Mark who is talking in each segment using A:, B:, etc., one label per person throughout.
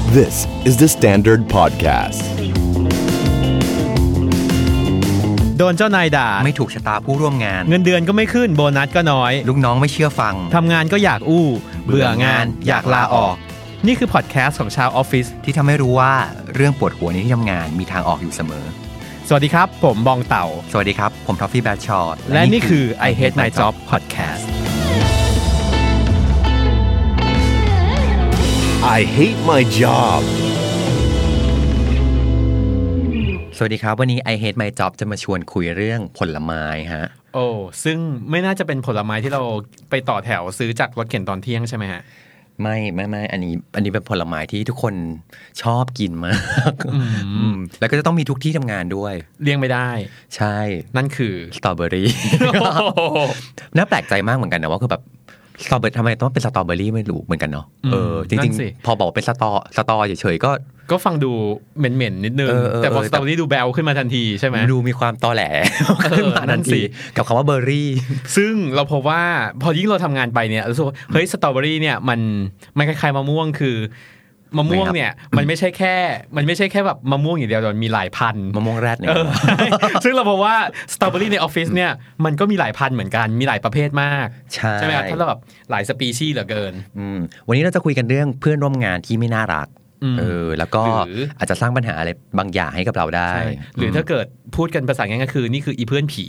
A: This is the Standard Podcast.
B: โดนเจ้านายด่า
C: ไม่ถูกชะตาผู้ร่วมงาน
B: เงินเดือนก็ไม่ขึ้นโบนัสก็น้อย
C: ลูกน้องไม่เชื่อฟัง
B: ทำงานก็อยากอู้เบื่องานอยากลาออกนี่คือพอดแคสต์ของชาวออฟฟิศ
C: ที่ทำให้รู้ว่าเรื่องปวดหัวในที่ทำงานมีทางออกอยู่เสมอ
B: สวัสดีครับผมบองเต่า
C: สวัสดีครับผมทอฟฟี่แบทชอต
B: และนี่คือ I Hate My Job Podcast
A: I hate my job
C: สวัสดีครับวันนี้ I Hate My Job จะมาชวนคุยเรื่องผลไม้ฮะ
B: โอ้ซึ่งไม่น่าจะเป็นผลไม้ที่เราไปต่อแถวซื้อจากรถเข็นตอนเที่ยงใช่ไหมฮะ
C: ไม่อันนี้เป็นผลไม้ที่ทุกคนชอบกินมากแล้วก็จะต้องมีทุกที่ทำงานด้วย
B: เลี่ยงไม่ได้
C: ใช่
B: นั่นคือ
C: สตรอเบอรี่ น่าแปลกใจมากเหมือนกันนะว่าคือแบบสตรอเบอรี่ทำไมต้องเป็นสตรอเบอรี่ไม่รู้เหมือนกันเนาะจริงๆพอบอกเป็นสตอเฉยๆก็
B: ฟังดูเหม็นๆนิดนึงแต่พอสตรอเบอรี่ดูแบลขึ้นมาทันทีใช่ไหม
C: ดูมีความตอแหลขึ้นมาทันทีกับคำว่าเบอร์รี่
B: ซึ่งเราพบว่าพอยิ่งเราทำงานไปเนี่ยรู้สึกว่าเฮ้ยสตรอเบอรี่เนี่ยมันคล้ายๆมะม่วงคือมะม่วงเนี่ยมันไม่ใช่แค่แบบมะม่วงอย่างเดียวมันมีหลายพันธุ์
C: มะม่วงแรดเนี่ย
B: ซึ่งเราพบว่าสตรอเบอรี่ในออฟฟิศเนี่ยมันก็มีหลายพันธุ์เหมือนกันมีหลายประเภทมากใช่ไหมครับถ้าเราแบบหลายสปีชีส์เหลือเกิน
C: วันนี้เราจะคุยกันเรื่องเพื่อนร่วมงานที่ไม่น่ารักแล้วก็อาจจะสร้างปัญหาอะไรบางอย่างให้กับเราได้
B: หรือถ้าเกิดพูดกันภาษาง่ายก็คือนี่คืออีเพื่อนผี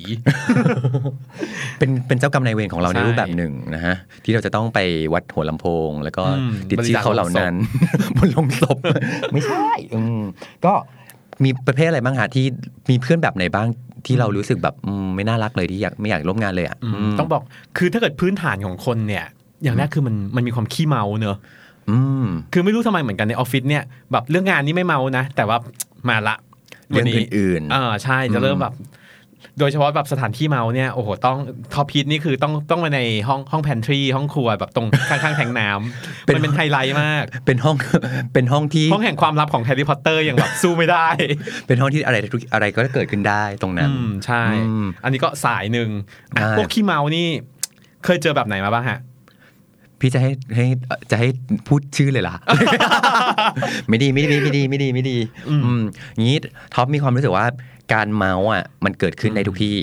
C: เป็นเจ้ากรรมนายเวรของเราในรูปแบบหนึ่งนะฮะที่เราจะต้องไปวัดหัวลำโพงแล้วก็ติดชื่อเขาเหล่านั้นบนลงศพไม่ใช่ก็มีประเภทอะไรบ้างฮะที่มีเพื่อนแบบไหนบ้างที่เรารู้สึกแบบไม่น่ารักเลยที่ไม่อยากร่วมงานเลยอ่ะ
B: ต้องบอกคือถ้าเกิดพื้นฐานของคนเนี่ยอย่างแรกคือมันมีความขี้เมาเนอะคือไม่รู้ทำไมเหมือนกันในออฟฟิศเนี่ยแบบเรื่องงานนี่ไม่เมานะแต่ว่ามาละ
C: เรื่องอื่น
B: ใช่จะเริ่มแบบโดยเฉพาะแบบสถานที่เมาเนี่ยโอ้โหต้องท็อปฮิตนี่คือต้องมาในห้องแพนทรีห้องครัวแบบตรงข้างๆแทงน้ำมันเป็นไฮไลท์มาก
C: เป็นห้องที่
B: ห้องแห่งความลับของแฮร์รี่พอตเตอร์อย่างแบบสู้ไม่ได้
C: เป็นห้องที่อะไรก็เกิดขึ้นได้ตรงนั้น
B: ใช่อันนี้ก็สายนึงพวกขี้เมานี่เคยเจอแบบไหนมาบ้างฮะ
C: พี่จะให้พูดชื่อเลยล่ะ ไม่ดีงี้ท็อปมีความรู้สึกว่าการเมาอ่ะมันเกิดขึ้นได้ทุกที่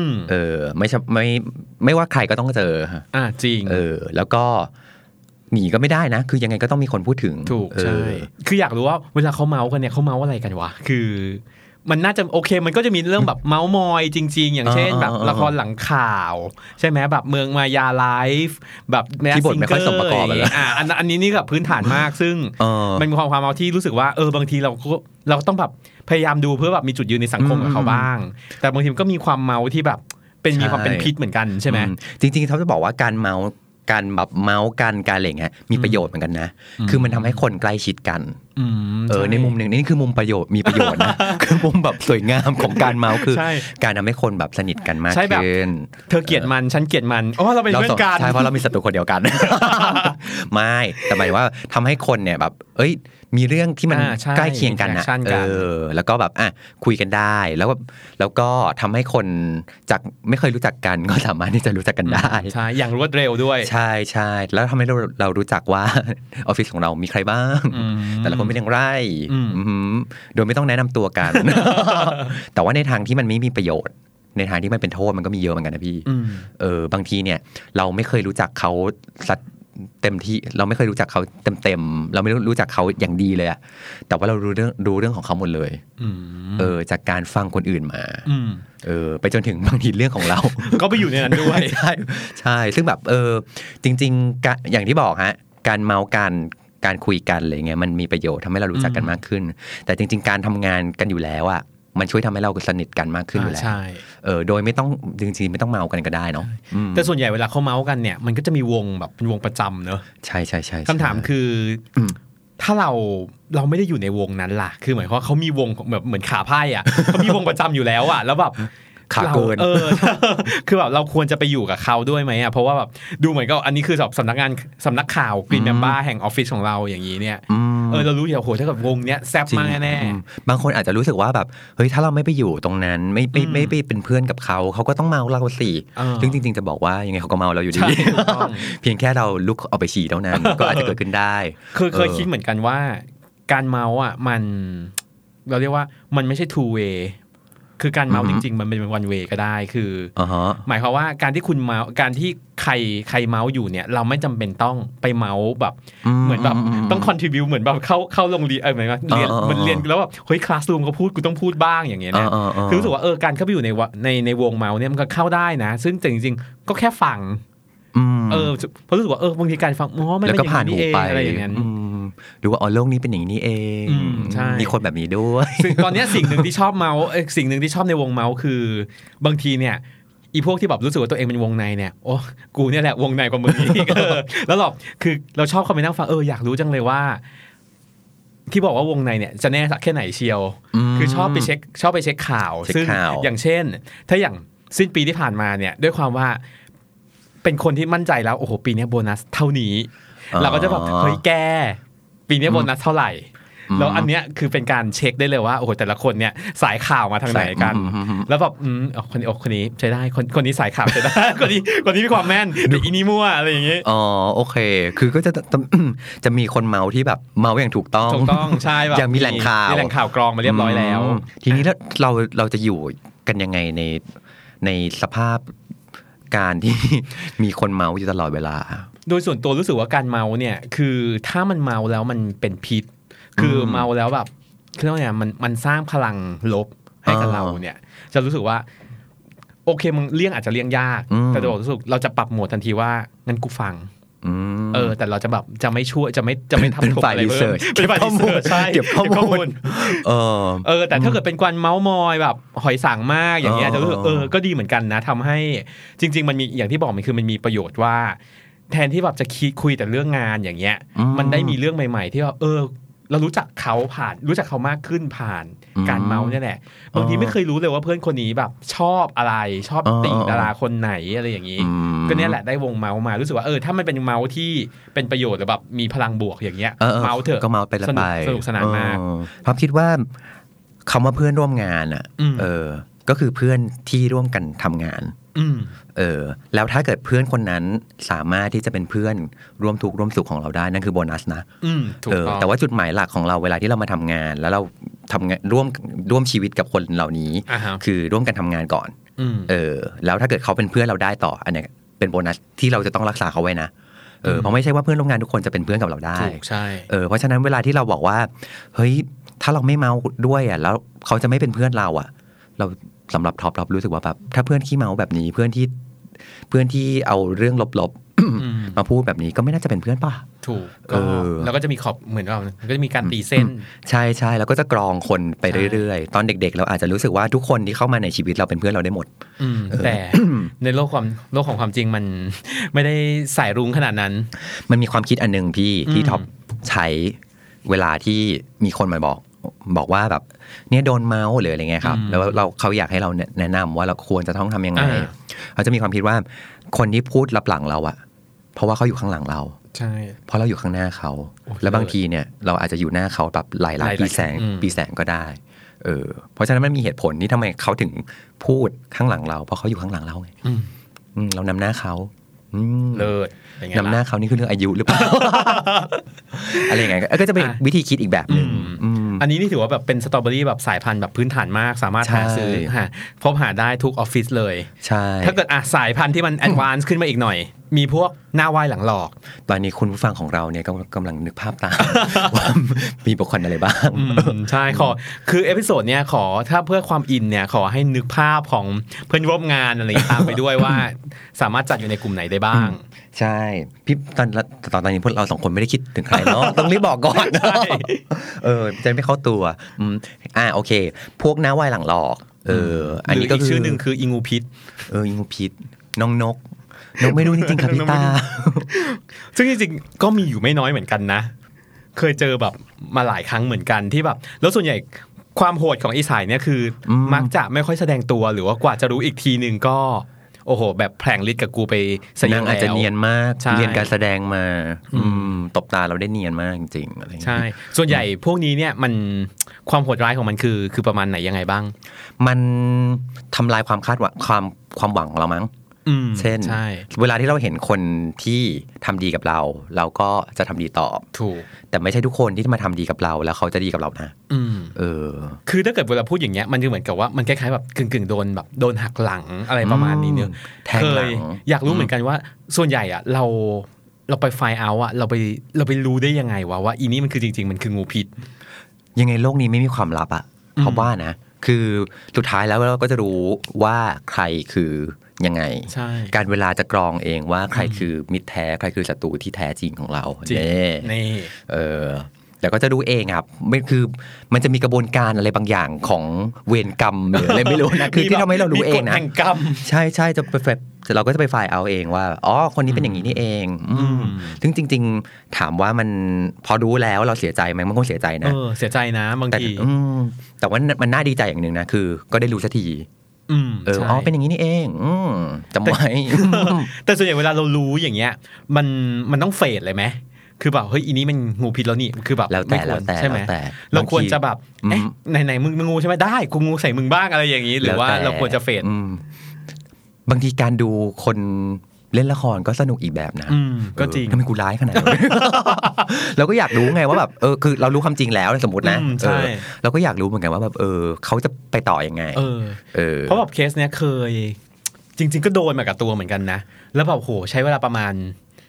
C: ไม่ว่าใครก็ต้องเจอ
B: จริง
C: แล้วก็หนีก็ไม่ได้นะคือยังไงก็ต้องมีคนพูดถึง
B: ถูกใช่คืออยากรู้ว่าเวลาเขาเมากันเนี่ยเขาเมาอะไรกันวะคือมันน่าจะโอเคมันก็จะมีเรื่องแบบเมาส์มอยจริงๆอย่างเช่นแบบละครหลังข่าวใช่ไหมแบบเมืองมายาไลฟ์แบบ
C: ที่บทไม่ค่อยสมประกอบเลย
B: อันนี้นี่แบบพื้นฐานมากซึ่งมันมีความเมาที่รู้สึกว่าบางทีเราต้องแบบพยายามดูเพื่อแบบมีจุดยืนในสังคมกับเขาบ้างแต่บางทีมันก็มีความเมาที่แบบมีความเป็นพิษเหมือนกันใช่ไหม
C: จริงๆเขาจะบอกว่าการแบบเมาส์กันการอะไรเงี้ยมีประโยชน์เหมือนกันนะคือมันทำให้คนใกล้ชิดกันในมุมหนึ่งนี่คือมุมประโยชน์มีประโยชน์นะคือมุมแบบสวยงามของการเมาส์คือการทำให้คนแบบสนิทกันมากขึ้น
B: เธอเกลียดมันฉันเกลียดมันเราเป็นเพื่อนกัน
C: ใช่เพราะเรามีศัตรูคนเดียวกันไม่แต่หมายว่าทำให้คนเนี่ยแบบมีเรื่องที่มันใกล้เคียงกันนะแล้วก็แบบคุยกันได้แล้วก็ทำให้คนจากไม่เคยรู้จักกันก็สามารถที่จะรู้จักกันได้
B: ใช่อย่างรวดเร็วด้วย
C: ใช่แล้วทำให้เรารู้จักว่าออฟฟิศของเรามีใครบ้างแต่ละคนเป็นอย่างไรโดยไม่ต้องแนะนำตัวกัน แต่ว่าในทางที่มันไม่มีประโยชน์ในทางที่มันเป็นโทษมันก็มีเยอะเหมือนกันนะพี่บางทีเนี่ยเราไม่เคยรู้จักเขาเต็มที่เราไม่เคยรู้จักเขาเต็มเราไม่รู้จักเขาอย่างดีเลยอะแต่ว่าเรารู้เรื่องของเขาหมดเลยจากการฟังคนอื่นมาไปจนถึงบางทีเรื่องของเรา
B: ก็ไปอยู่ในนั้นด้วย
C: ใช่ซึ่งแบบจริงๆอย่างที่บอกฮะการเมาการคุยกันอะไรเงี้ยมันมีประโยชน์ทำให้เรารู้จักกันมากขึ้นแต่จริงๆการทำงานกันอยู่แล้วอะมันช่วยทำให้เราสนิทกันมากขึ้นอยู่แล้วโดยไม่ต้องจริงๆไม่ต้องเมากันก็ได้เนาะ
B: แต่ส่วนใหญ่เวลาเขาเมากันเนี่ยมันก็จะมีวงแบบเป็นวงประจำเนอะ
C: ใช่
B: คำถามคือถ้าเราไม่ได้อยู่ในวงนั้นล่ะคือหมายความว่าเขามีวงแบบเหมือนขาไพ่อ่ะเขามีวงประจำอยู่แล้วอ่ะแล้วแบบ
C: ขาเกิน
B: คือแบบเราควรจะไปอยู่กับเขาด้วยไหมอ่ะเพราะว่าแบบดูเหมือนก็อันนี้คือสำนักข่าวกรีนแมมบ้าแห่งออฟฟิศของเราอย่างนี้เนี่ยเรารู้อยู่โหถ้ากับวงเนี้ยแซ่บมากแน่
C: บางคนอาจจะรู้สึกว่าแบบเฮ้ยถ้าเราไม่ไปอยู่ตรงนั้นไม่ไปเป็นเพื่อนกับเขาก็ต้องเมาเราสิซึ่งจริงๆจะบอกว่ายังไงเขาก็เมาเราอยู่ดีเพียงแค่เราลุกเอาไปฉี่เท่านั้นก็อาจจะเกิดขึ้นได้
B: เคยคิดเหมือนกันว่าการเมาส์อ่ะมันเราเรียกว่ามันไม่ใช่ two way คือการเมาส์จริงๆมันเป็น one way ก็ได้คือหมายความว่าการที่คุณเมาส์การที่ใครเมาส์อยู่เนี่ยเราไม่จำเป็นต้องไปเมาส์แบบเหมือนแบบต้อง contribute เหมือนแบบเข้าโรงเรียนเหมือนว่าเรียนมันเรียนแล้วแบบเฮ้ยคลาสรูมเขาพูดกูต้องพูดบ้างอย่างเงี้ยนะคือรู้สึกว่าการเข้าไปอยู่ในวงเมาส์เนี่ยมันก็เข้าได้นะซึ่งแต่จริงๆก็แค่ฟังเพราะรู้สึกว่าบางทีการฟังมันเป็นอย่างนี้เองอะไรอย่างเงี้ย
C: หรือว่าโลกนี้เป็นอย่างนี้เองมีคนแบบนี้ด้วย
B: ซึ่งตอนนี้สิ่งหนึ่งที่ชอบเมาส์สิ่งหนึ่งที่ชอบในวงเมาส์คือบางทีเนี่ยอีพวกที่แบบรู้สึกว่าตัวเองเป็นวงในเนี่ยโอ้กูเนี่ยแหละวงในกว่ามึงอีกแล้วหรอกคือเราชอบเข้าไปนั่งฟังอยากรู้จังเลยว่าที่บอกว่าวงในเนี่ยจะแน่สักแค่ไหนเชียวคือชอบไปเช็คข่าวซึ่งอย่างเช่นถ้าอย่างสิ้นปีที่ผ่านมาเนี่ยด้วยความว่าเป็นคนที่มั่นใจแล้วโอ้โหปีนี้โบนัสเท่านี้เราก็จะแบบเฮ้ยแกปีนี้โบนัสเท่าไหร่แล้วอันเนี้ยคือเป็นการเช็คได้เลยว่าโอ้โหแต่ละคนเนี่ยสายข่าวมาทางไหนกันแล้วแบบคนนี้ใช้ได้คนนี้สายข่าวใช้ได้คนนี้มีความแม่นแต่อีนี่มั่วอะไรอย่างงี้
C: โอเคคือก็จะมีคนเมาที่แบบเมาอย่างถูกต้อง
B: ใช่แบบ
C: ยังมีแหล่งข่าว
B: กรองมาเรียบร้อยแล้ว
C: ทีนี้เราจะอยู่กันยังไงในสภาพการที่มีคนเมาอยู่ตลอดเวลา
B: โดยส่วนตัวรู้สึกว่าการเมาเนี่ยคือถ้ามันเมาแล้วมันเป็นพิษคือเมาแล้วแบบคือเนี่ยมันสร้างพลังลบให้กับเราเนี่ยจะรู้สึกว่าโอเคมึงเลี่ยงอาจจะเลี่ยงยากแต่รู้สึกเราจะปรับโหมดทันทีว่างั้นกูฟังแต่เราจะแบบจะไม่ช่วยจะไม่ทำถูกอะไรเลยเป็นฝ่ายรีเสิร์ชใช่เก็บข้อมูลแต่ถ้าเกิดเป็นการเมาส์มอยแบบหอยสังมากอย่างเงี้ยจะรู้สึกก็ดีเหมือนกันนะทำให้จริงๆมันมีอย่างที่บอกมันคือมันมีประโยชน์ว่าแทนที่แบบจะคุยแต่เรื่องงานอย่างเงี้ยมันได้มีเรื่องใหม่ๆที่ว่าเรารู้จักเขามากขึ้นผ่านการเมาส์เนี่ยแหละบางทีไม่เคยรู้เลยว่าเพื่อนคนนี้แบบชอบอะไรชอบติดาราคนไหนอะไรอย่างนี้ก็เนี่ยแหละได้วงเมาส์มารู้สึกว่าถ้ามันเป็นเมาส์ที่เป็นประโยชน์หรือแบบมีพลังบวกอย่างเงี้ยเมาส์เถอะ
C: ก็เมาส์ไปส
B: นุกสนานมาก
C: ผมคิดว่าคำว่าเพื่อนร่วมงานอ่ะก็คือเพื่อนที่ร่วมกันทำงานแล้วถ้าเกิดเพื่อนคนนั้นสามารถที่จะเป็นเพื่อนร่วมทุกข์ร่วมสุขของเราได้นั่นคือโบนัสนะแต่ว่าจุดหมายหลักของเราเวลาที่เรามาทำงานแล้วเราทำงานร่วมชีวิตกับคนเหล่านี้คือร่วมกันทำงานก่อนแล้วถ้าเกิดเขาเป็นเพื่อนเราได้ต่ออันนี้เป็นโบนัสที่เราจะต้องรักษาเขาไว้นะเพราะไม่ใช่ว่าเพื่อนร่วมงานทุกคนจะเป็นเพื่อนกับเราได้
B: ใช่
C: เพราะฉะนั้นเวลาที่เราบอกว่าเฮ้ยถ้าเราไม่เมาด้วยอ่ะแล้วเขาจะไม่เป็นเพื่อนเราอ่ะเราสำหรับท็อปรู้สึกว่าแบบถ้าเพื่อนขี้เมาแบบนี้เพื่อนที่เอาเรื่องลบๆมาพูดแบบนี้ก็ไม่น่าจะเป็นเพื่อนป่ะ
B: ถูกแล้วก็จะมีขอบเหมือนเราก็จะมีการตีเส้น
C: ใช่แล้วก็จะกรองคนไปเรื่อยๆตอนเด็กๆเราอาจจะรู้สึกว่าทุกคนที่เข้ามาในชีวิตเราเป็นเพื่อนเราได้หมด
B: แต่ในโลกของความจริงมันไม่ได้สายรุ้งขนาดนั้น
C: มันมีความคิดอันนึงพี่ที่ท็อปใช้เวลาที่มีคนมาบอกว่าแบบเนี่ยโดนเมาส์หรืออะไรเงี้ยครับแล้วเขาอยากให้เราแนะนำว่าเราควรจะต้องทำยังไงเขาจะมีความคิดว่าคนที่พูดลับหลังเราอะเพราะว่าเขาอยู่ข้างหลังเรา
B: ใช่
C: เพราะเราอยู่ข้างหน้าเขาแล้วบางทีเนี่ยเราอาจจะอยู่หน้าเขาแบบหลายล้านปีแสงก็ได้เพราะฉะนั้นมันมีเหตุผลที่ทำไมเขาถึงพูดข้างหลังเราเพราะเขาอยู่ข้างหลังเราไงเรานำหน้าเขา
B: เลิศ
C: นำหน้าเขานี่คือเรื่องอายุหรือเปล่า อะไรอย่างเงี้ยก็จะเป็นวิธีคิดอีกแบบนึง
B: อันนี้นี่ถือว่าแบบเป็นสตรอเบอรี่แบบสายพันธุ์แบบพื้นฐานมากสามารถหาซื้อพบหาได้ทุกออฟฟิศเลย
C: ใช่
B: ถ้าเกิดสายพันธุ์ที่มันแอดวานซ์ขึ้นมาอีกหน่อยมีพวกหน้าไหว้หลังหลอก
C: ตอนนี้คุณผู้ฟังของเราเนี่ยกำลังนึกภาพตามว่ามีบุคคลอะไรบ้าง
B: ใช่คือเอพิโซดเนี้ยถ้าเพื่อความอินเนี่ยขอให้นึกภาพของเพื่อนร่วมงานอะไรตามไปด้วยว่าสามารถจัดอยู่ในกลุ่มไหนได้บ้าง
C: ใช่พี่ตอนนี้พวกเราสองคนไม่ได้คิดถึงใครเนาะต้องรีบบอกก่อนจะไม่เข้าตัวโอเคพวกหน้าไหว้หลังหลอก
B: อันนี้ก็ชื่อหนึ่งคืออิงูพิษ
C: อิงูพิษน้องนกไม่รู้จริงๆครับพี่ตา
B: ซึ่งจริงๆก็มีอยู่ไม่น้อยเหมือนกันนะเคยเจอแบบมาหลายครั้งเหมือนกันที่แบบแล้วส่วนใหญ่ความโหดของอีสายเนี่ยคือมักจะไม่ค่อยแสดงตัวหรือว่ากว่าจะรู้อีกทีนึงก็โอ้โหแบบแผลงฤทธิ์กับกูไป
C: แสดงอาจจะเนียนมากเรียนการแสดงมาตบตาเราได้เนียนมากจริงๆอะไร
B: ใช่ส่วนใหญ่พวกนี้เนี่ยมันความโหดร้ายของมันคือประมาณไหนยังไงบ้าง
C: มันทำลายความคาดหวังความหวังของเรามั้งเช่นเวลาที่เราเห็นคนที่ทำดีกับเราเราก็จะทำดีตอบ
B: ถูก
C: แต่ไม่ใช่ทุกคนที่มาทำดีกับเราแล้วเขาจะดีกับเรานะ
B: คือถ้าเกิดเวลาพูดอย่างเงี้ยมันจะเหมือนกับว่ามันคล้ายๆแบบกึ่งโดนแบบโดนหักหลังอะไรประมาณนี้เนอะเคยอยากรู้เหมือนกันว่าส่วนใหญ่อะเราไปไฟล์เอาท์อะเราไปรู้ได้ยังไงว่าอีนี่มันคือจริงๆมันคืองูพิษ
C: ยังไงโลกนี้ไม่มีความลับอะเพราะว่านะคือสุดท้ายแล้วเราก็จะรู้ว่าใครคือยังไงการเวลาจะกรองเองว่าใครคือมิตรแท้ใครคือศัตรูที่แท้จริงของเรา
B: นี่
C: แต่ก็จะรู้เองครับไม่คือมันจะมีกระบวนการอะไรบางอย่างของเวรกรรมหรืออะไรไม่รู้นะคือที่ทำให้เรารู้เองนะใช่จะไปเราก็จะไปไฟล์เอาเองว่าอ๋อคนนี้เป็นอย่างนี้นี่เองซึ่งจริงๆถามว่ามันพอรู้แล้วเราเสียใจไหมมันคงเสียใจนะ
B: เสียใจนะบางที
C: แต่ว่ามันน่าดีใจอย่างนึงนะคือก็ได้รู้สักทีอ๋อเป็นอย่างนี้นี่เองจำไว้
B: แต่ส่วนใหญ่เวลาเรารู้อย่างเงี้ยมันต้องเฟดเลยไหมคือแบบเฮ้ยอีนี้มันงูพิษแล้วนี่คือแบบ
C: ไม่ควรใช่ไหม
B: เราควรจะแบบไหนมึงงูใช่ไหมได้กูงูใส่มึงบ้างอะไรอย่างนี้หรือว่าเราควรจะเฟด
C: บางทีการดูคนเล่นละครก็สนุกอีกแบบนะ
B: ก็จริง
C: ทำไมกูร้ายขนาดนั้นเราก็อยากรู้ไงว่าแบบคือเรารู้ความจริงแล้วสมมตินะเราก็อยากรู้เหมือนกันว่าแบบเขาจะไปต่อยังไง
B: เพราะแบบเคสเนี้ยเคยจริงๆก็โดนมากับตัวเหมือนกันนะแล้วแบบโหใช้เวลาประมาณ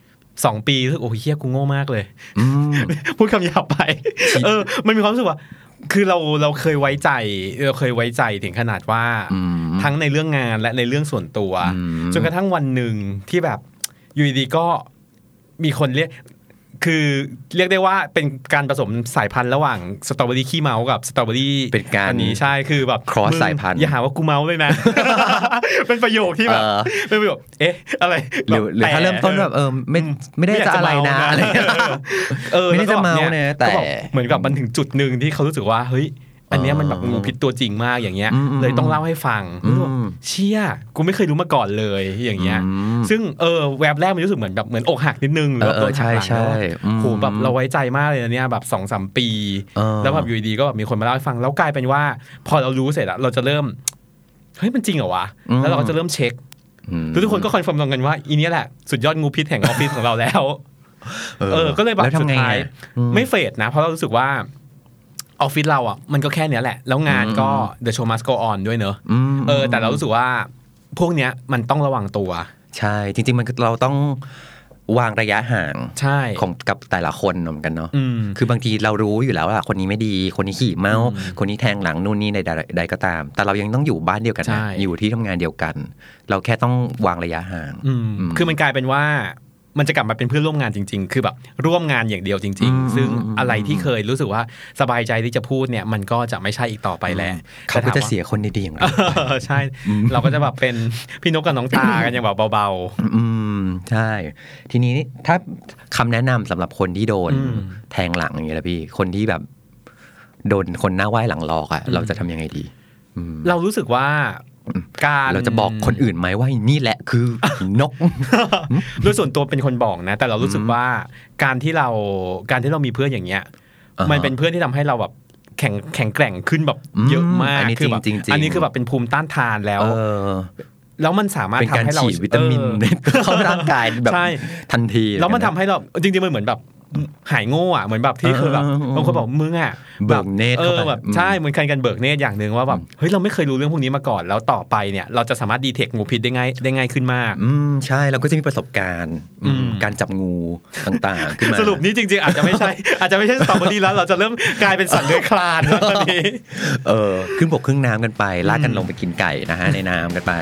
B: 2 ปีรู้สึกโอ้ยเหี้ยกูโง่มากเลยพูดคำหยาบไปมันมีความรู้สึกว่าคือเราเคยไว้ใจถึงขนาดว่าทั้งในเรื่องงานและในเรื่องส่วนตัวจนกระทั่งวันหนึ่งที่แบบอยู่ดีๆก็มีคนเรียกคือเรียกได้ว่าเป็นการผสมสายพันธุ์ระหว่างสตรอเบอรี่ขี้เมากับสตรอเบอรี่
C: เป็นการ
B: อันนี้ใช่คือแบบ
C: cross สายพันธุ์
B: อย่าหาว่ากูเมาเลยนะ เป็นประโยคที่แบบเป็นประโยคอะไร
C: หรือถ้าเริ่มต้นแบบไม่ได้จะอะไรนะอะไรไม่ได้จะเมาเนี่ยแต่
B: เหมือนกับมันถึงจุดนึงที่เขารู้สึกว่าเฮ้ยอันนี้มันแบบงูพิษตัวจริงมากอย่างเงี้ยเลยต้องเล่าให้ฟังเชี่ยกูไม่เคยรู้มาก่อนเลยอย่างเงี้ยซึ่งแวบแรกมันรู้สึกเหมือนอกหักนิดนึงหรือโดนหักหลังโหแบบเราไว้ใจมากเลยนะเนี่ยแบบ 2-3 ปีแล้วแบบอยู่ดีๆก็แบบมีคนมาเล่าให้ฟังแล้วกลายเป็นว่าพอเรารู้เสร็จอะเราจะเริ่มเฮ้ยมันจริงเหรอวะแล้วเราก็จะเริ่มเช็คทุกคนก็คอนเฟิร์มตรงกันว่าอีนี้แหละสุดยอดงูพิษแห่งออฟฟิศของเราแล้วก็เลยแบบสุดท้ายไม่เฟดนะเพราะเรารู้สึกว่าออฟฟิศเราอ่ะมันก็แค่เนี้ยแหละแล้วงานก็ The show must go on ด้วยเนอะแต่เรารู้สึกว่าพวกเนี้ยมันต้องระวังตัว
C: ใช่จริงๆมันเราต้องวางระยะห่างของกับแต่ละคนเหมือนกันเนาะคือบางทีเรารู้อยู่แล้วว่าคนนี้ไม่ดีคนนี้ขี้เมาคนนี้แทงหลังนู่นนี่ใดก็ตามแต่เรายังต้องอยู่บ้านเดียวกันนะอยู่ที่ทำงานเดียวกันเราแค่ต้องวางระยะห่าง
B: คือมันกลายเป็นว่ามันจะกลับมาเป็นเพื่อนร่วมงานจริงๆคือแบบร่วมงานอย่างเดียวจริงๆซึ่งอะไรที่เคยรู้สึกว่าสบายใจที่จะพูดเนี่ยมันก็จะไม่ใช่อีกต่อไปแล้ว
C: เขาก็จะเสียคนดีๆอย่างเรา
B: ใช่เราก็จะแบบเป็นพี่นกกับน้องตากันอย่างแบบเบา
C: ๆใช่ทีนี้ถ้าคำแนะนำสำหรับคนที่โดนแทงหลังอย่างเงี้ยละพี่คนที่แบบโดนคนหน้าไหว้หลังหลอกอ่ะเราจะทำยังไงดี
B: เรารู้สึกว่า
C: เราจะบอกคนอื่นไหมว่านี่แหละคือนก
B: โดยส่วนตัวเป็นคนบอกนะแต่เรารู้สึกว่าการที่เรามีเพื่อนอย่างเงี้ยมันเป็นเพื่อนที่ทำให้เราแบบแข็งแกร่งขึ้นแบบเยอะมากคือแบบอันนี้คือแบบเป็นภูมิต้านทานแล้วมันสามารถทำให้เรา
C: ฉีดวิตามินเข้าร่างกายแบบทันที
B: แล้วมันทำให้เราจริงๆมันเหมือนแบบหายโง่อ่ะเหมือนแบบที่คือแบบบางคนบอกมึงอ่ะ
C: เบิกเนตร
B: แบบใช่เหมือนการเบิกเนตรอย่างนึงว่าแบบเฮ้ยเราไม่เคยรู้เรื่องพวกนี้มาก่อนแล้วต่อไปเนี่ยเราจะสามารถดีเทคงูพิษได้ง่ายขึ้นมาก
C: ใช่เราก็จะมีประสบการณ์การจับงูต่างๆขึ้นมา
B: สรุปนี้จริงๆอาจจะไม่ใช่สตรอเบอรี่แล้วเราจะเริ่มกลายเป็นสัตว์เลื้อยคลานแล้วตอนนี้
C: ขึ้นบกขึ้นน้ำกันไปลากกันลงไปกินไก่นะฮะในน้ำกันไป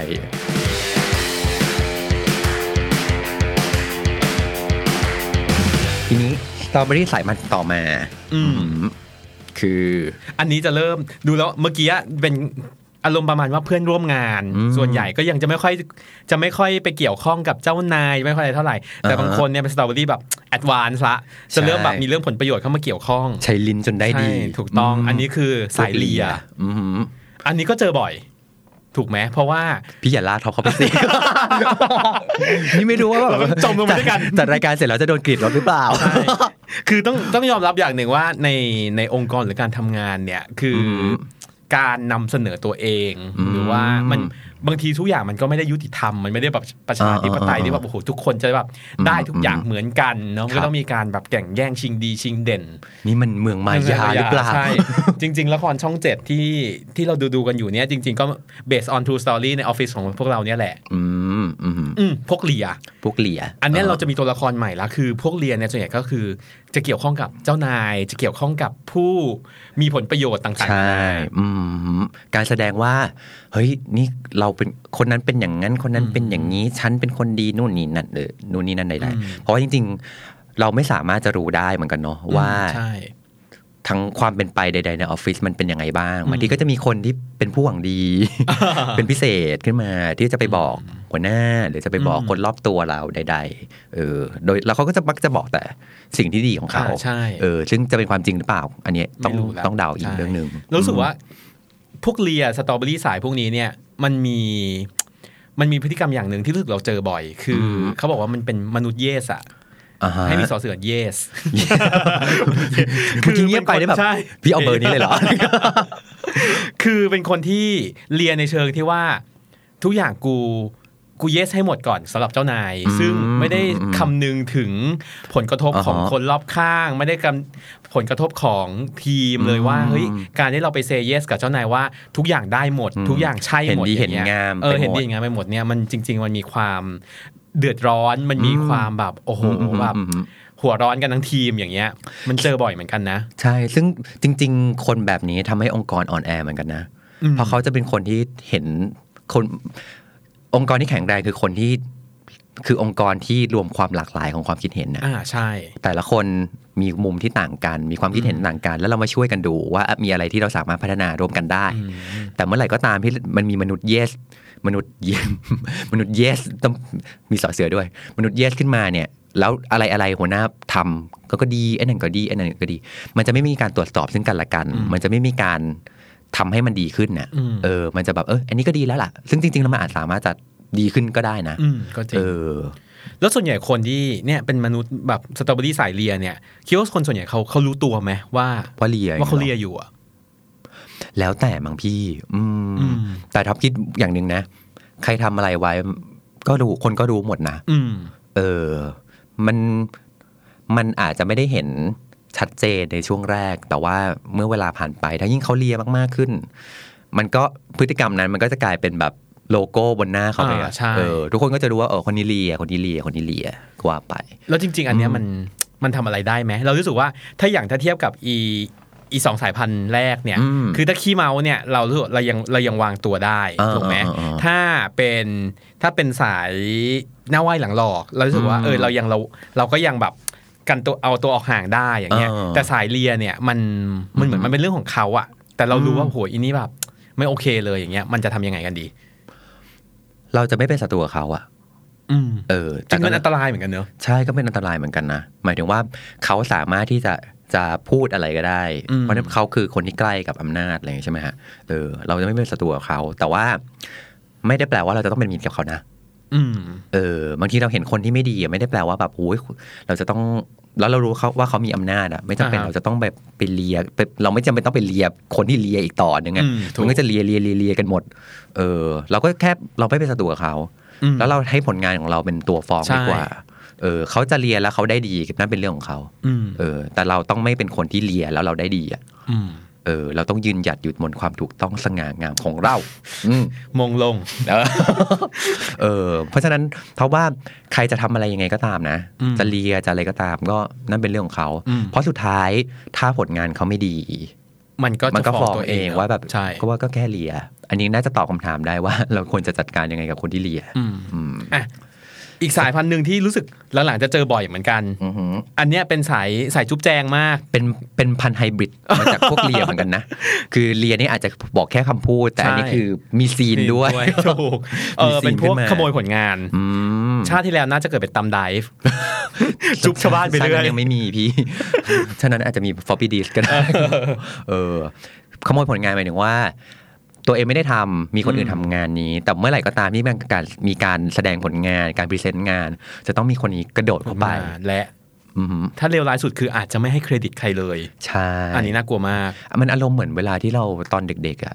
C: ทีนี้สตรอเบอรี่สายมันต่อมาคือ
B: อันนี้จะเริ่มดูแล้วเมื่อกี้เป็นอารมณ์ประมาณว่าเพื่อนร่วมงานส่วนใหญ่ก็ยังจะไม่ค่อยไปเกี่ยวข้องกับเจ้านายไม่ค่อยอะไรเท่าไหร่แต่บางคนเนี่ยเป็นสตรอเบอรี่แบบแอดวานซ์ละจะเริ่มแบบมีเรื่องผลประโยชน์เข้ามาเกี่ยวข้อง
C: ใช้ลิ้นจนได้ดี
B: ถูกต้องอันนี้คือสายเลียอันนี้ก็เจอบ่อยถูกไหมเพราะว่า
C: พี่อย่าลากเขาไปสินี่ไม่รู้ว่าแบบ
B: จมลงไปด้วยกัน
C: จัดรายการเสร็จแล้วจะโดนกรีดเราหรือเปล่า
B: คือต้องยอมรับอย่างหนึ่งว่าในองค์กรหรือการทำงานเนี่ยคือการนำเสนอตัวเองหรือว่าบางทีทุกอย่างมันก็ไม่ได้ยุติธรรมมันไม่ได้แบบประชาธิปไตยที่แบบโอ้โหทุกคนจะแบบได้ทุกอย่างเหมือนกันเนาะก็ต้องมีการแบบแข่งแย่งชิงดีชิงเด่น
C: นี่มันเมืองมายาหรือเปล่า
B: ใช่จริงๆละครช่อง7ที่เราดูกันอยู่เนี้ยจริงๆก็ based on true story ในออฟฟิศของพวกเราเนี่ยแหละพวกเลียอันนี้เราจะมีตัวละครใหม่แล้วคือพวกเลียเนี่ยส่วนใหญ่ก็คือจะเกี่ยวข้องกับเจ้านายจะเกี่ยวข้องกับผู้มีผลประโยชน์ต่างๆใช่
C: การแสดงว่าเฮ้ยนี่เราเป็นคนนั้นเป็นอย่างนั้นคนนั้นเป็นอย่างนี้ฉันเป็นคนดีนู่นนี่นั่นนู่นนี่นั่นใดๆเพราะว่าจริงๆเราไม่สามารถจะรู้ได้เหมือนกันเนาะว่าทั้งความเป็นไปใดๆในออฟฟิศมันเป็นยังไงบ้างบางทีก็จะมีคนที่เป็นผู้หวังดี เป็นพิเศษขึ้นมาที่จะไปบอกหัวหน้าหรือจะไปบอกคนรอบตัวเราใดๆโดยแล้วเขาก็จะมักจะบอกแต่สิ่งที่ดีของเขาซึ่งจะเป็นความจริงหรือเปล่าอันนี้ต้องเดาอีกเรื่องนึง
B: รู้สึกว่าพวกเลียสตรอเบอรี่สายพวกนี้เนี่ยมันมีพฤติกรรมอย่างหนึ่งที่รู้สึกเราเจอบ่อยคือเขาบอกว่ามันเป็นมนุษย์เยสอะให้มีสอเสือ yes
C: คือเงียบไปได้แบบพี่เอาเบอร์นี้เลยเหรอ
B: คือเป็นคนที่เลียในเชิงที่ว่าทุกอย่างกู yes ให้หมดก่อนสำหรับเจ้านายซึ่งไม่ได้คำนึงถึงผลกระทบของคนรอบข้างไม่ได้ผลกระทบของทีมเลยว่าเฮ้ยการที่เราไปเซย์ yes กับเจ้านายว่าทุกอย่างได้หมดทุกอย่างใช่หมด
C: เห็นงาม
B: เห็นดีเห็นงามไปหมดเนี่ยมันจริงๆมันมีความเดือดร้อนมันมีความแบบโอ้โหแบบหัวร้อนกันทั้งทีมอย่างเงี้ยมันเจอบ่อยเหมือนกันนะ
C: ใช่ซึ่งจริงๆคนแบบนี้ทำให้องค์กรอ่อนแอเหมือนกันนะเพราะเขาจะเป็นคนที่เห็นคนองค์กรที่แข็งแรงคือคนที่คือองค์กรที่รวมความหลากหลายของความคิดเห็นนะ
B: ใช่
C: แต่ละคนมีมุมที่ต่างกันมีความคิดเห็นต่างกันแล้วเรามาช่วยกันดูว่ามีอะไรที่เราสามารถพัฒนาร่วมกันได้แต่เมื่อไหร่ก็ตามที่มันมีมนุษย์เยสมนุษย์เยสต้องมีสอเสือด้วยมนุษย์เยสขึ้นมาเนี่ยแล้วอะไรหัวหน้าทำก็ดีไอ้นั่นก็ดีไอ้นั่นก็ดีมันจะไม่มีการตรวจสอบซึ่งกันและกันมันจะไม่มีการทำให้มันดีขึ้นนะมันจะแบบอันนี้ก็ดีแล้วล่ะซึ่งจริงๆแล้วมันอาจสามารถจะดีขึ้นก็ได้นะ
B: ก็จริงแล้วส่วนใหญ่คนที่เนี่ยเป็นมนุษย์แบบสตรอเบอรี่สายเลียเนี่ยคิดว่าคนส่วนใหญ่เขารู้ตัวไหมว่า
C: เลีย
B: ว่าเขาเลียอยู่อะ
C: แล้วแต่บางพี่แต่ท็อปคิดอย่างนึงนะใครทำอะไรไว้ก็รู้คนก็รู้หมดนะมันอาจจะไม่ได้เห็นชัดเจนในช่วงแรกแต่ว่าเมื่อเวลาผ่านไปถ้ายิ่งเขาเลียมากๆขึ้นมันก็พฤติกรรมนั้นมันก็จะกลายเป็นแบบโลโก้บนหน้าเขาเลยทุกคนก็จะรู้ว่าคนนี้เลียคนนี้เลียคนนี้เลียกว่าไป
B: แล้วจริงๆอันเนี้ยมันทำอะไรได้ไหมเรารู้สึกว่าถ้าเทียบกับอี2สายพันธุ์แรกเนี่ยคือถ้าขี้เมาเนี่ยเรายังวางตัวได้ถูกไหมถ้าเป็นสายหน้าไหว้หลังหลอกเรารู้สึกว่าเราก็ยังแบบกันตัวเอาตัวออกห่างได้อย่างเงี้ยแต่สายเลียเนี่ยมันเหมือนมันเป็นเรื่องของเขาอะแต่เรารู้ว่าโหอีนี่แบบไม่โอเคเลยอย่างเงี้ยมันจะทำยังไงกันดี
C: เราจะไม่เป็นศัตรูกับเขาอะ
B: จริงมันอันตรายเหมือนกันเนอะ
C: ใช่ก็เป็นอันตรายเหมือนกันนะหมายถึงว่าเขาสามารถที่จะพูดอะไรก็ได้เพราะเขาคือคนที่ใกล้กับอำนาจอะไรใช่ไหมฮะเราจะไม่เป็นศัตรูกับเขาแต่ว่าไม่ได้แปลว่าเราจะต้องเป็นมิตรกับเขานะบางทีเราเห็นคนที่ไม่ดีไม่ได้แปลว่าแบบโอ้ยเราจะต้องแล้วเรารู้เขาว่าเขามีอำนาจอ่ะไม่จำเป็นเราจะต้องแบบไปเลียเราไม่จำเป็นต้องไปเลียคนที่เลียอีกต่อนึงไงมันก็จะเลียกันหมดเราก็แค่เราไม่เป็นศัตรูกับเขาแล้วเราให้ผลงานของเราเป็นตัวฟ้องดีกว่าเขาจะเลียแล้วเขาได้ดีนั่นเป็นเรื่องของเขาแต่เราต้องไม่เป็นคนที่เลียแล้วเราได้ดีอ่ะเราต้องยืนหยัดอยู่บนความถูกต้องสง่างามของเรา
B: มงลง
C: เพราะฉะนั้นเพราะว่าใครจะทำอะไรยังไงก็ตามนะจะเลียจะอะไรก็ตามก็นั่นเป็นเรื่องของเขาเพราะสุดท้ายถ้าผลงานเขาไม่ดี
B: มันก็
C: ฟ้องตัวเองว่าแบบก็ว่าก็แค่เลียอันนี้น่าจะตอบคำถามได้ว่าเราควรจะจัดการยังไงกับคนที่เลีย
B: อีกสายพันธุ์หนึ่งที่รู้สึกหลังๆจะเจอบ่อยเหมือนกันอันเนี้ยเป็นสายจุ๊บแจงมาก
C: เป็นพันธุ์ไฮบริดมาจากพวกเลียเหมือนกันนะคือเลียนี่อาจจะบอกแค่คำพูดแต่อันนี้คือมีซีนด้วย
B: ถูกเป็นพวกขโมยผลงานชาติที่แล้วน่าจะเกิดเป็นตำไดฟ์จุ๊บชาวบ้านไปเรื่อย
C: ยังไม่มีพี่ฉะนั้นอาจจะมีฟอปปี้ดิสก็ได้ขโมยผลงานหมายถึงว่าตัวเองไม่ได้ทำมีคนอื่นทำงานนี้แต่เมื่อไหร่ก็ตามที่มีการแสดงผลงานการพรีเซนต์งานจะต้องมีคนนี้กระโดดเข้าไป
B: และถ้าเลวร้ายสุดคืออาจจะไม่ให้เครดิตใครเลย
C: ใช่
B: อันนี้น่ากลัวมาก
C: มันอารมณ์เหมือนเวลาที่เราตอนเด็กๆอ่ะ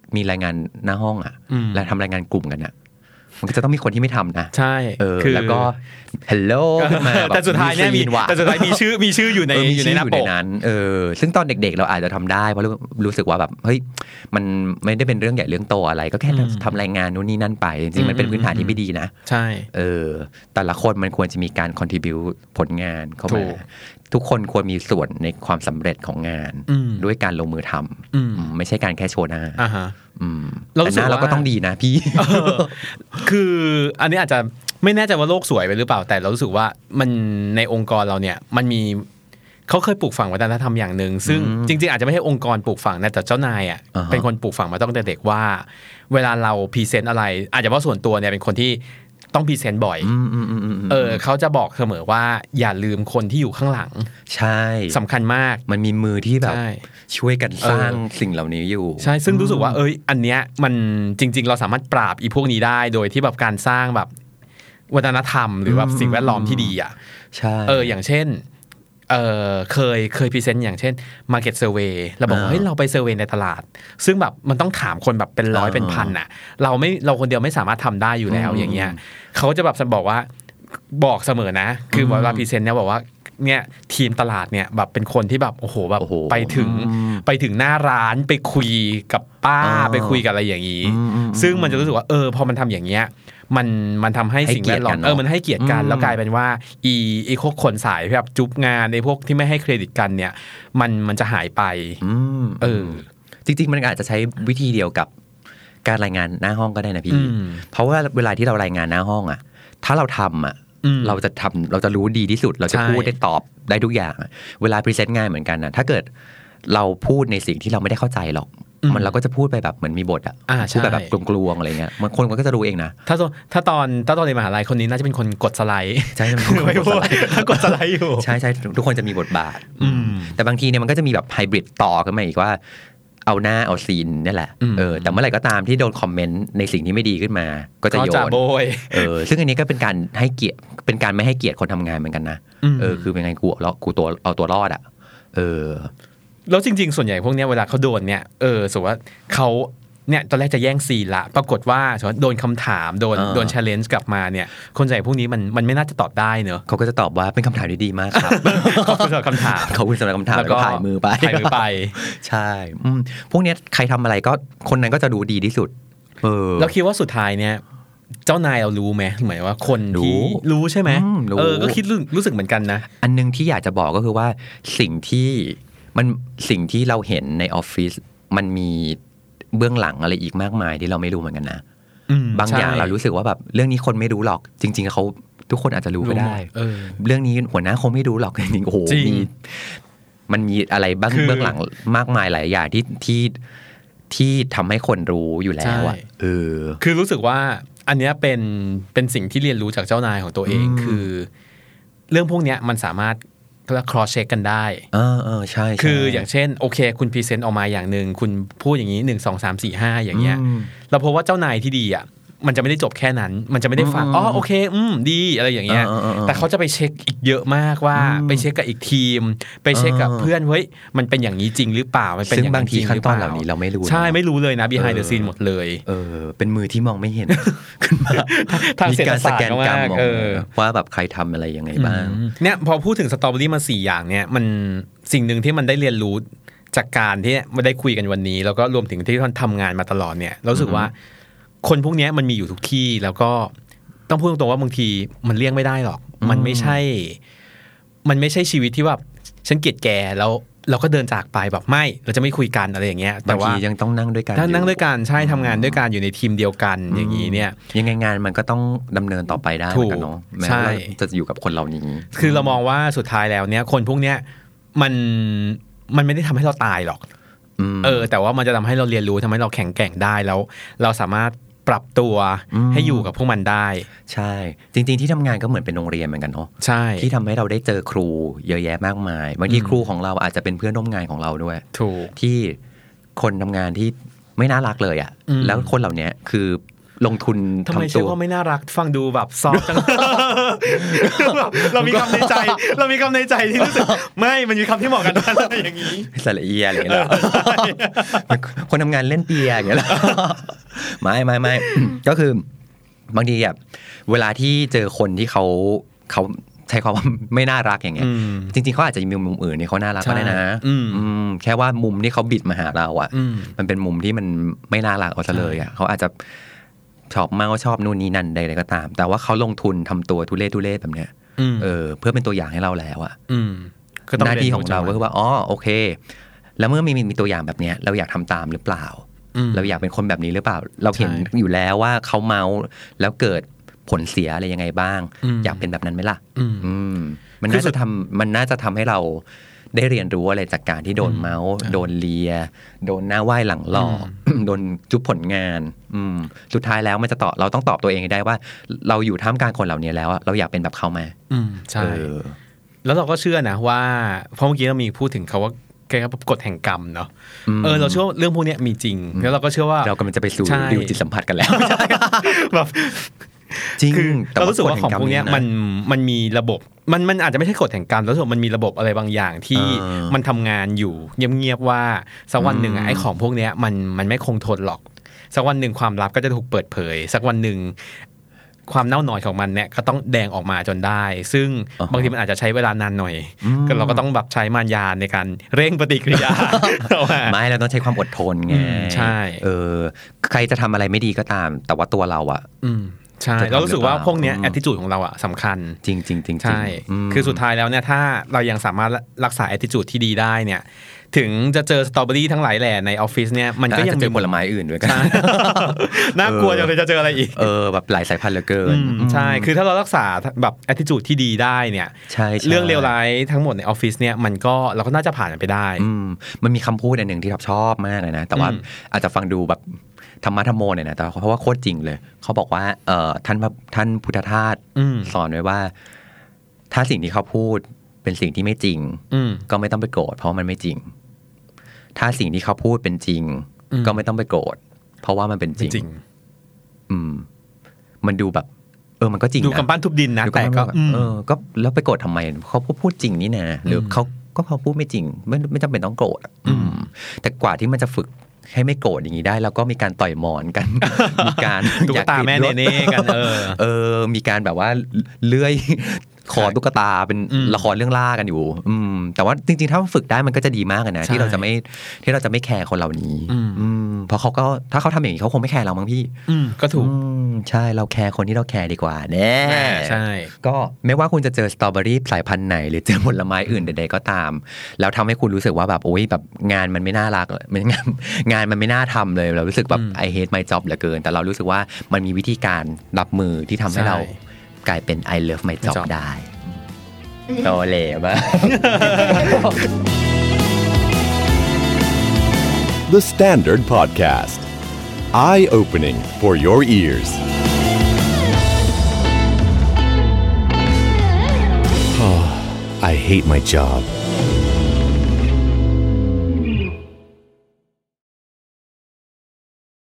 C: มีรายงานหน้าห้องอ่ะและทำรายงานกลุ่มกันอ่ะมันก็จะต้องมีคนที่ไม่ทำนะ
B: ใช่
C: แล้วก็ hello ขึ้นมา
B: แต่สุดท้ายเนี่ยแต่สุดท้ายมีชื่ออยู่ในหน้าปก
C: นั้นซึ่งตอนเด็กๆเราอาจจะทำได้เพราะรู้สึกว่าแบบเฮ้ยมันไม่ได้เป็นเรื่องใหญ่เรื่องโตอะไรก็แค่ทำรายงานนู่นนี่นั่นไปจริงๆมันเป็นพื้นฐานที่ไม่ดีนะ
B: ใช่
C: แต่ละคนมันควรจะมีการ contribute ผลงานเข้ามาทุกคนควรมีส่วนในความสำเร็จของงานด้วยการลงมือทำไม่ใช่การแค่โชว์หน้าแต่หน้าเราก็ต้องดีนะพี่
B: คืออันนี้อาจจะไม่แน่ใจว่าโลกสวยไปหรือเปล่าแต่เรารู้สึกว่ามันในองค์กรเราเนี่ยมันมีเขาเคยปลูกฝังวัฒนธรรมอย่างนึงซึ่งจริงๆอาจจะไม่ใช่องค์กรปลูกฝังนะแต่เจ้านายอ่ะเป็นคนปลูกฝังมาตั้งแต่เด็กว่าเวลาเราพรีเซนต์อะไรอาจจะเพราะส่วนตัวเนี่ยเป็นคนที่ต้องพรีเซนต์บ่อยเขาจะบอกเสมอว่าอย่าลืมคนที่อยู่ข้างหลัง
C: ใช่
B: สำคัญมาก
C: มันมีมือที่แบบช่วยกันสร้างสิ่งเหล่านี้อยู่
B: ใช่ซึ่งรู้สึกว่าอันเนี้ยมันจริงๆเราสามารถปราบอีพวกนี้ได้โดยที่แบบการสร้างแบบวัฒนธรรมหรือแบบสิ่งแวดล้อมที่ดีอ่ะ
C: ใช่
B: อย่างเช่นเคยพรีเซนต์อย่างเช่น Market Survey เราบอกว่าเฮ้ยเราไปเซอร์เวย์ในตลาดซึ่งแบบมันต้องถามคนแบบเป็นร้อยเป็นพันน่ะเราคนเดียวไม่สามารถทำได้อยู่แล้วอย่างเงี้ยเขาจะแบบบอกว่าบอกเสมอนะคือเวลาพรีเซนต์เนี่ยบอกว่าเนี่ยทีมตลาดเนี่ยแบบเป็นคนที่แบบโอ้โหแบบไปถึงหน้าร้านไปคุยกับป้าไปคุยกับอะไรอย่างงี้ซึ่งมันจะรู้สึกว่าพอมันทำอย่างเงี้ยมันทำให้สิ่งแวดล้อมมันให้เกียรติกันแล้วกลายเป็นว่าไอ้พวกคนสายแบบจุ๊บงานไอ้พวกที่ไม่ให้เครดิตกันเนี่ยมันจะหายไป
C: จริงๆมันอาจจะใช้วิธีเดียวกับการรายงานหน้าห้องก็ได้นะพี่เพราะว่าเวลาที่เรารายงานหน้าห้องอ่ะถ้าเราทำอ่ะเราจะรู้ดีที่สุดเราจะพูดได้ตอบได้ทุกอย่างเวลาพรีเซนต์งานเหมือนกันนะถ้าเกิดเราพูดในสิ่งที่เราไม่ได้เข้าใจหรอกมันเราก็จะพูดไปแบบเหมือนมีบทอ่ะพูดแบบกลวงๆอะไรเงี้ยบางคนก็จะรู้เองนะ
B: ถ้าตอนในมหาลัยคนนี้น่าจะเป็นคนกดสไลด์
C: ใช่
B: กดสไลด์อยู่
C: ใช่ทุกคนจะมีบทบาทแต่บางทีเนี่ยมันก็จะมีแบบไฮบริดต่อขึ้นมาอีกว่าเอาหน้าเอาซีนนี่แหละแต่เมื่อไหร่ก็ตามที่โดนคอมเมนต์ในสิ่งที่ไม่ดีขึ้นมาก็จะโยนซึ่งอันนี้ก็เป็นการให้เกียรติเป็นการไม่ให้เกียรติคนทำงานเหมือนกันนะคือเป็นไงกูเอาตัวรอดอ่ะ
B: แล้วจริงๆส่วนใหญ่พวกนี้เวลาเขาโดนเนี่ยสมมติว่าเขาเนี่ยตอนแรกจะแย่งซีนละปรากฏว่าสมมติโดนคำถามโดน challenge กลับมาเนี่ยคนใส่พวกนี้มันไม่น่าจะตอบได้เนอะ
C: เขาก็จะตอบว่าเป็นคำถามที่ดีมากครับ
B: ขอบคุณสำหรับคำถาม
C: ขอบคุณสำหรับคำถามแล้วก็ถ่ายมือไปใช่พวกนี้ใครทำอะไรก็คนนั้นก็จะดูดีที่สุด
B: แล้วคิดว่าสุดท้ายเนี่ยเจ้านายเรารู้ไหมหมายว่าคนที่รู้ใช่ไหมก็คิดรู้สึกเหมือนกันนะ
C: อันนึงที่อยากจะบอกก็คือว่าสิ่งที่เราเห็นในออฟฟิศมันมีเบื้องหลังอะไรอีกมากมายที่เราไม่รู้เหมือนกันนะบางอย่างเรารู้สึกว่าแบบเรื่องนี้คนไม่รู้หรอกจริงๆเขาทุกคนอาจจะรู้ก็ได้เรื่องนี้หัวหน้าคงไม่รู้หรอกจริงๆโอ้โหมันมีอะไรบ้างเบื้องหลังมากมายหลายอย่างที่ทำให้คนรู้อยู่แล้วอ่ะ
B: คือรู้สึกว่าอันนี้เป็นสิ่งที่เรียนรู้จากเจ้านายของตัวเองคือเรื่องพวกนี้มันสามารถcross check กันได้
C: ใช่
B: คืออย่างเช่นโอเคคุณพรีเซนต์ออกมาอย่างนึงคุณพูดอย่างนี้1 2 3 4 5อย่างเงี้ยเราพบว่าเจ้านายที่ดีอ่ะมันจะไม่ได้จบแค่นั้นมันจะไม่ได้ฟังโอเคดีอะไรอย่างเงี้ยแต่เขาจะไปเช็คอีกเยอะมากว่าไปเช็คกับอีกทีมไปเช็คกับเพื่อนเฮ้ยมันเป็นอย่างนี้จริงหรือเปล่ามันเป็นอย่างนี้จริงหรือเปล่า
C: ซึ่งบางทีขั้นตอนเหล่านี้เราไม่รู้
B: ใช่ไม่รู้เลยนะ behind the scene หมดเลย
C: เป็นมือที่มองไม่เห็นขึ้นมา
B: มีการสแกนกรรม
C: ว่าแบบใครทำอะไรยังไงบ้าง
B: เนี่ยพอพูดถึงสตรอเบอรี่มา4อย่างเนี่ยมันสิ่งนึงที่มันได้เรียนรู้จากการที่มาได้คุยกันวันนี้แล้วก็รวมถึงที่ท่านทำงานมาตลอดเนี่ยรู้สึกว่าคนพวกนี้มันมีอยู่ทุกที่แล้วก็ต้องพูดตรงๆว่าบางทีมันเลี่ยงไม่ได้หรอกมันไม่ใช่ชีวิตที่แบบฉันเกลียดแกแล้วเราก็เดินจากไปแบบไม่เราจะไม่คุยกันอะไรอย่างเงี้ย
C: แต่ว่ายังต้องนั่งด้วยกัน
B: นั่งด้วยกันใช่ทำงานด้วยกันอยู่ในทีมเดียวกันอย่างนี้เนี่ย
C: ยังไงงานมันก็ต้องดำเนินต่อไปได้เหมือนกันเนาะแม้ว่าจะอยู่กับคนเหล่านี้
B: คือเรามองว่าสุดท้ายแล้วเนี่ยคนพวกเนี้ยมันไม่ได้ทำให้เราตายหรอกแต่ว่ามันจะทำให้เราเรียนรู้ทำให้เราแข็งแกร่งได้แล้วเราสามารถปรับตัวให้อยู่กับพวกมันได้
C: ใช่จริงๆที่ทำงานก็เหมือนเป็นโรงเรียนเหมือนกันเนาะ
B: ใช่
C: ที่ทำให้เราได้เจอครูเยอะแยะมากมายบางทีครูของเราอาจจะเป็นเพื่อนร่วมงานของเราด้วย
B: ถูก
C: ที่คนทำงานที่ไม่น่ารักเลยอ่ะแล้วคนเหล่านี้คือลงทุน
B: ทำไม
C: ทำ
B: ใช่
C: ตัว
B: ว่าไม่น่ารักฟังดูแบบซอฟต์จัง เรามีคำในใจที่รู้สึกไม่มันมีคำที่เหมาะกันอะไรอย่างนี้
C: สระเอียอะไรอย่างเงี้ยคนทำงานเล่นเปียอย่างเงี้ยไม่ ก็คือบางทีแบบเวลาที่เจอคนที่เขาใช้ความว่าไม่น่ารักอย่างเงี้ยจริงๆเขาอาจจะมีมุมอื่นที่เขาน่ารักก็ได้นะแค่ว่ามุมที่เขาบิดมาหาเราอ่ะมันเป็นมุมที่มันไม่น่ารักเอาซะเลยอ่ะเขาอาจจะชอบเมาชอบนู่นนี่นั่นใดๆก็ตามแต่ว่าเขาลงทุนทำตัวทุเรศแบบเนี้ยเพื่อเป็นตัวอย่างให้เราแล้วอ่ะหน้าที่ของเราก็คือว่าอ๋อโอเคแล้วเมื่อมีตัวอย่างแบบเนี้ยเราอยากทำตามหรือเปล่าเราอยากเป็นคนแบบนี้หรือเปล่าเราเห็นอยู่แล้วว่าเขาเมาแล้วเกิดผลเสียอะไรยังไงบ้างอยากเป็นแบบนั้นไหมล่ะมันน่าจะทำให้เราได้เรียนรู้อะไรจากการที่โดนเมาส์โดนเลียโดนหน้าไหว้หลังหลอกโดนจุ๊บผลงานสุดท้ายแล้วมันจะเราต้องตอบตัวเองให้ได้ว่าเราอยู่ท่ามกลางคนเหล่านี้แล้วเราอยากเป็นแบบเขาไหม
B: ใช่แล้วเราก็เชื่อนะว่าเพราะเมื่อกี้เรามีพูดถึงเขาว่าแกก็กฎแห่งกรรมเนาะเราเชื่อเรื่องพวกนี้มีจริงแล้วเราก็เชื่อว่า
C: เรากำลังจะไปสู่ดิวจิตสัมผัสกันแล้ว
B: แบบ
C: จริง
B: เรารู้สึกว่าของพวกนี้มันมีระบบมันอาจจะไม่ใช่กฎแห่งกรรมแล้วมันมีระบบอะไรบางอย่างที่มันทำงานอยู่เงียบๆว่าสักวันหนึ่งไอ้ของพวกนี้มันไม่คงทนหรอกสักวันหนึ่งความลับก็จะถูกเปิดเผยสักวันหนึ่งความเน่าหน่อยของมันเนี่ยก็ต้องแดงออกมาจนได้ซึ่งบางทีมันอาจจะใช้เวลานานหน่อยเราก็ต้องแบบใช้มารยาในการเร่งปฏิกิริยา
C: ไม่เราต้องใช้ความอดทนไง
B: ใช่
C: ใครจะทำอะไรไม่ดีก็ตามแต่ว่าตัวเราอ่ะ
B: ใช่เรารู้สึกว่าพวกนี้แอททิจูดของเราอ่ะสำคัญ
C: จริง
B: ใช่คือสุดท้ายแล้วเนี่ยถ้าเรายังสามารถรักษาแอททิจูดที่ดีได้เนี่ยถึงจะเจอสตรอเบอรี่ทั้งหลายแหล่ในออฟฟิศเนี่ยมันก็ยัง
C: เจอผลไม้อื่นด้วยกัน
B: น่ากลัวจังเลยจะเจออะไรอีก
C: แบบหลายสายพันธุ์เหลือเกิน
B: ใช่คือถ้าเรารักษาแบบแอททิจูดที่ดีได้เนี่ยเรื่องเลวร้ายทั้งหมดในออฟฟิศเนี่ยมันก็เราก็น่าจะผ่านไปได้
C: มันมีคำพูดอันหนึ่งที่เราชอบมากเลยนะแต่ว่าอาจจะฟังดูแบบธรรมะธรรมโมเนี่ยนะแต่เพราะว่าโคตรจริงเลยเขาบอกว่าท่านพุทธทาสสอนไว้ว่าถ้าสิ่งที่เขาพูดเป็นสิ่งที่ไม่จริงก็ไม่ต้องไปโกรธเพราะมันไม่จริงถ้าสิ่งที่เขาพูดเป็นจริงก็ไม่ต้องไปโกรธเพราะว่ามันเป็นจริงมันดูแบบมันก็จริงนะ
B: ดูกำปั้นทุบดินนะแต่
C: ก็แล้วไปโกรธทำไมเขาพูดจริงนี่นะหรือเขาพูดไม่จริงไม่จำเป็นต้องโกรธแต่กว่าที่มันจะฝึกให้ไม่โกรธอย่างนี้ได้แล้วก็มีการต่อยหมอนกันมีการ
B: ตุ๊กตาแม่เน่ๆกัน
C: มีการแบบว่าเลื่อยคอตุ๊กตาเป็นละครเรื่องล่ากันอยู่แต่ว่าจริงๆถ้าฝึกได้มันก็จะดีมากนะที่เราจะไม่แคร์คนเหล่านี้เพราะเขาก็ถ้าเขาทำอย่างนี้เขาคงไม่แคร์เรามั้งพี่
B: ก็ถูก
C: ใช่เราแคร์คนที่เราแคร์ดีกว่าแน่
B: ใช่
C: ก็ไม่ว่าคุณจะเจอสตรอเบอรี่สายพันธุ์ไหนหรือเจอผลไม้อื่นใดๆก็ตามแล้วทำให้คุณรู้สึกว่าแบบโอ๊ยแบบงานมันไม่น่ารักงานมันไม่น่าทำเลยเรารู้สึกแบบ I hate my job เหลือเกินแต่เรารู้สึกว่ามันมีวิธีการรับมือที่ทำให้เรากลายเป็น I love my job ได้โตเล่มาก
A: The Standard Podcast Eye-opening for your ears I hate my job